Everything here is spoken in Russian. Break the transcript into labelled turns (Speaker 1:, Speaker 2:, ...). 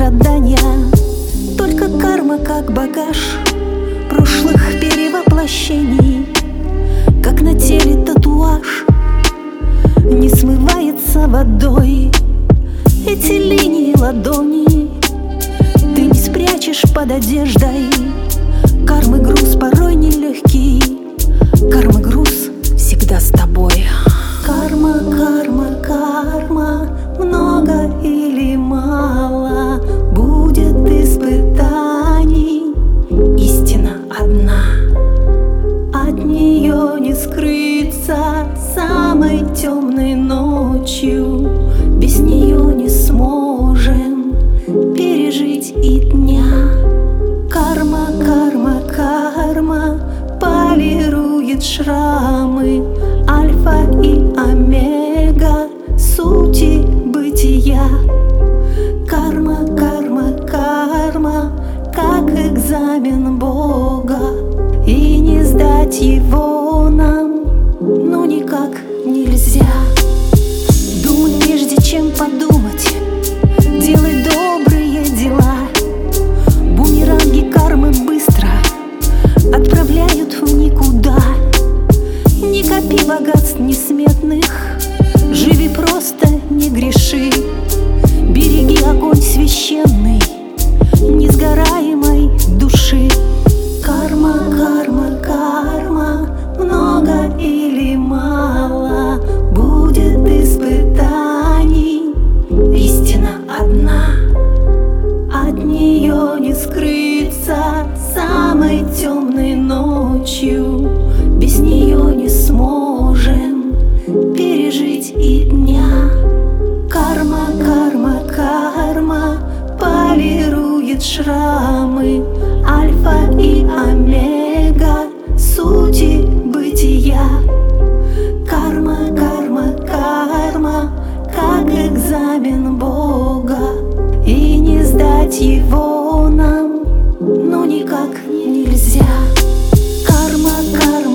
Speaker 1: страдания. Только карма как багаж прошлых перевоплощений, как на теле татуаж, не смывается водой. Эти линии ладони ты не спрячешь под одеждой. Кармы груз порой нелегкий, кармы груз всегда с тобой. Карма, карма, карма, много или мало, будет испытаний, истина одна. От нее не скрыться самой темной ночью, без нее не сможем пережить и дня. Карма, карма, карма полирует шрамы, альфа и омега сути бытия. Карма, карма, карма, как экзамен Бога, и не сдать его нам, ну никак нельзя. Думай прежде чем подумать, делай добрые дела. Бумеранги кармы быстро отправляют в никуда. Не копи богатств несметных, живи просто, не греши. Береги огонь священный несгораемой души. Карма, карма, карма, много или мало, будет испытаний, истина одна. От нее не скрыться самой темной ночью, без нее не сможем пережить и дня. Карма, карма, карма полирует шрамы, альфа и омега сути бытия. Карма, карма, карма, как экзамен Бога, и не сдать его нам, ну никак нельзя. Карма, карма.